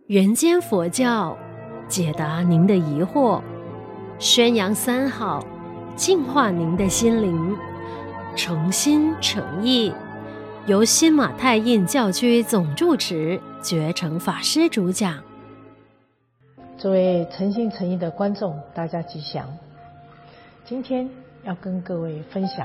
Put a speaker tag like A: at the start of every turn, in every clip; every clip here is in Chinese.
A: 人间佛教，解答您的疑惑，宣扬三好，净化您的心灵，诚心诚意，由新马泰印教区总住持觉诚法师主讲。
B: 诸位诚心诚意的观众，大家吉祥。今天要跟各位分享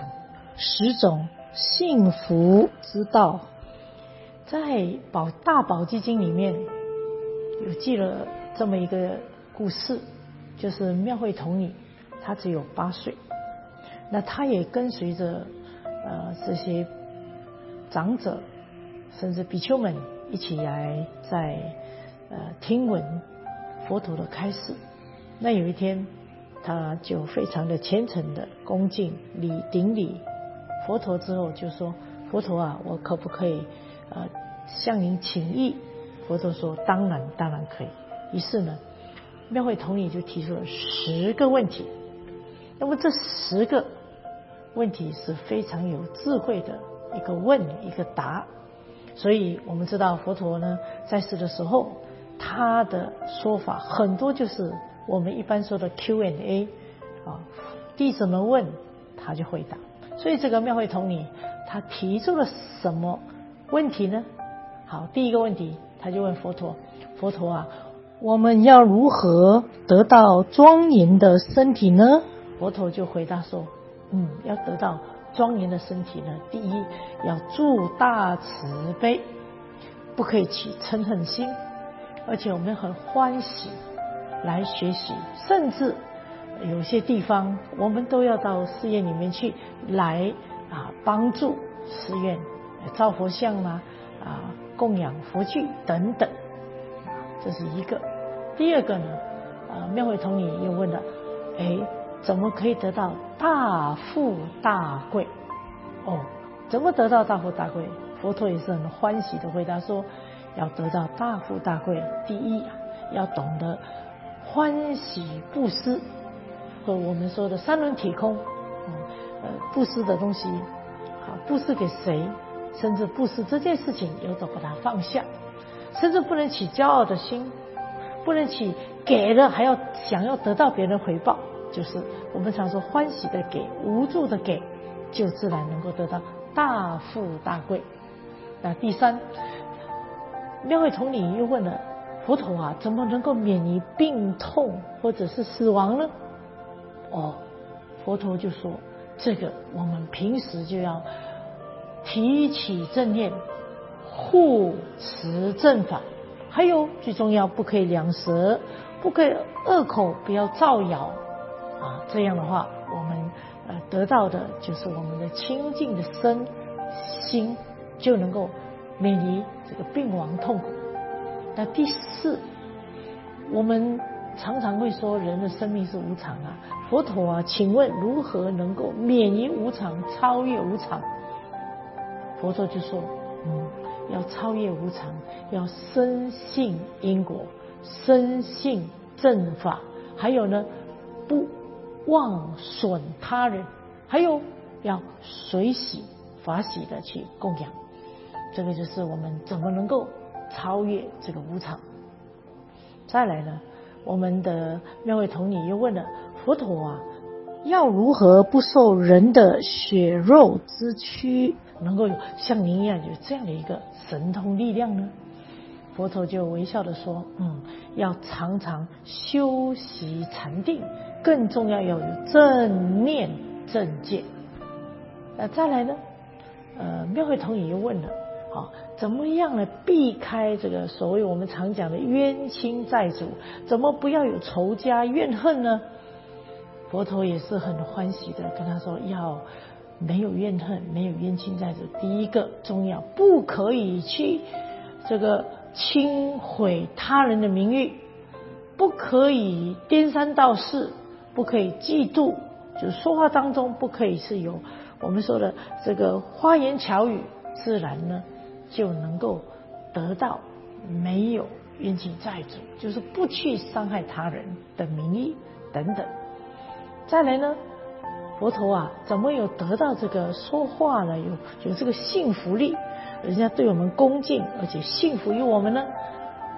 B: 10种幸福之道。在大宝积经里面有记了这么一个故事，就是妙慧童女，她只有8岁，那她也跟随着这些长者甚至比丘们一起来在听闻佛陀的开示。那有一天，他就非常的虔诚的恭敬顶礼佛陀之后，就说：佛陀啊，我可不可以向您请益？佛陀说：当然可以。于是呢，妙慧童女就提出了10个问题。那么这10个问题是非常有智慧的一个问一个答。所以我们知道佛陀呢在世的时候，他的说法很多就是我们一般说的 Q&A 弟子们问他就回答。所以这个妙慧童女他提出了什么问题呢？好，第一个问题他就问佛陀：佛陀啊，我们要如何得到庄严的身体呢？佛陀就回答说：要得到庄严的身体呢，第一要住大慈悲，不可以起嗔恨心，而且我们很欢喜来学习，甚至有些地方我们都要到寺院里面去来帮助寺院造佛像供养佛具等等，这是一个。第二个呢，妙慧童女又问了：怎么可以得到大富大贵？怎么得到大富大贵？佛陀也是很欢喜的回答说：要得到大富大贵，第一要懂得欢喜布施，和我们说的三轮体空。布施的东西，布施给谁？甚至布施这件事情有的把它放下，甚至不能起骄傲的心，不能起给了还要想要得到别人回报，就是我们常说欢喜的给，无助的给，就自然能够得到大富大贵。那第三，妙慧童女又问了佛陀啊，怎么能够免于病痛或者是死亡呢？佛陀就说：这个我们平时就要提起正念，护持正法，还有最重要，不可以两舌，不可以恶口，不要造谣这样的话，我们得到的就是我们的清净的身心，就能够免于这个病亡痛苦。那第四，我们常常会说人的生命是无常佛陀请问如何能够免于无常，超越无常？佛陀就说：要超越无常，要深信因果，深信正法，还有呢，不妄损他人，还有要随喜法喜的去供养。这个就是我们怎么能够超越这个无常。再来呢，我们的妙慧童女又问了佛陀要如何不受人的血肉之躯，能够像您一样有这样的一个神通力量呢？佛陀就微笑的说：要常常修习禅定，更重要要有正念正见。再来呢，妙慧童女又问了怎么样呢避开这个所谓我们常讲的冤亲债主，怎么不要有仇家怨恨呢？佛陀也是很欢喜的跟他说：要没有怨恨，没有冤亲债主。第一个重要，不可以去这个轻毁他人的名誉，不可以颠三倒四，不可以嫉妒，就说话当中不可以是有我们说的这个花言巧语，自然呢就能够得到没有冤亲债主，就是不去伤害他人的名誉等等。再来呢，佛陀怎么有得到这个说话呢？有这个信服力，人家对我们恭敬，而且信服于我们呢？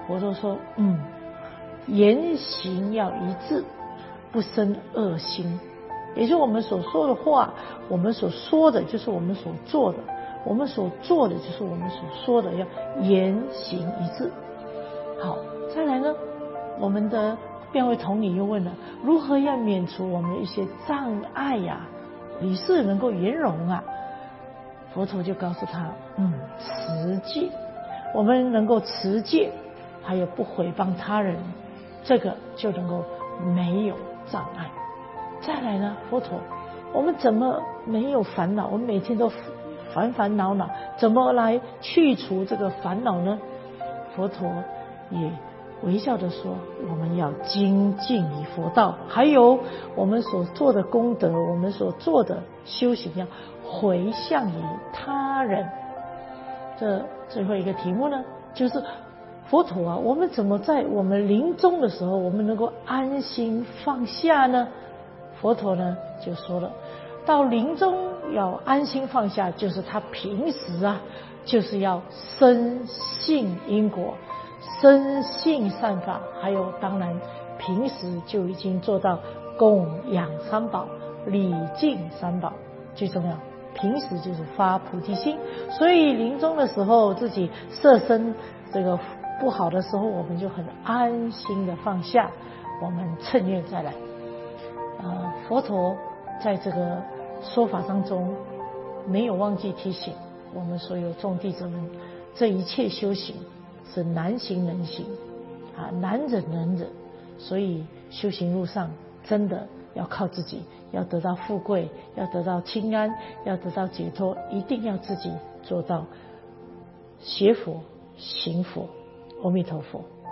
B: 佛陀说，言行要一致，不生恶心。也就是我们所说的话，我们所说的就是我们所做的，我们所做的就是我们所说的，要言行一致。好，再来呢，我们的辩慧统领又问了，如何要免除我们的一些障碍呀？理事能够圆融啊？佛陀就告诉他，持戒，我们能够持戒，还有不毁谤他人，这个就能够没有障碍。再来呢，佛陀，我们怎么没有烦恼？我们每天都烦恼恼，怎么来去除这个烦恼呢？佛陀也微笑地说，我们要精进于佛道，还有我们所做的功德，我们所做的修行要回向于他人。这最后一个题目呢，就是佛陀啊，我们怎么在我们临终的时候，我们能够安心放下呢？佛陀呢就说了，到临终要安心放下，就是他平时啊，就是要深信因果，深信善法，还有当然平时就已经做到供养三宝、礼敬三宝，最重要平时就是发菩提心。所以临终的时候自己色身这个不好的时候，我们就很安心的放下，我们趁愿再来。佛陀在这个说法当中没有忘记提醒我们所有众弟子们，这一切修行是难行能行难忍能忍，所以修行路上真的要靠自己，要得到富贵，要得到清安，要得到解脱，一定要自己做到学佛行佛。阿弥陀佛。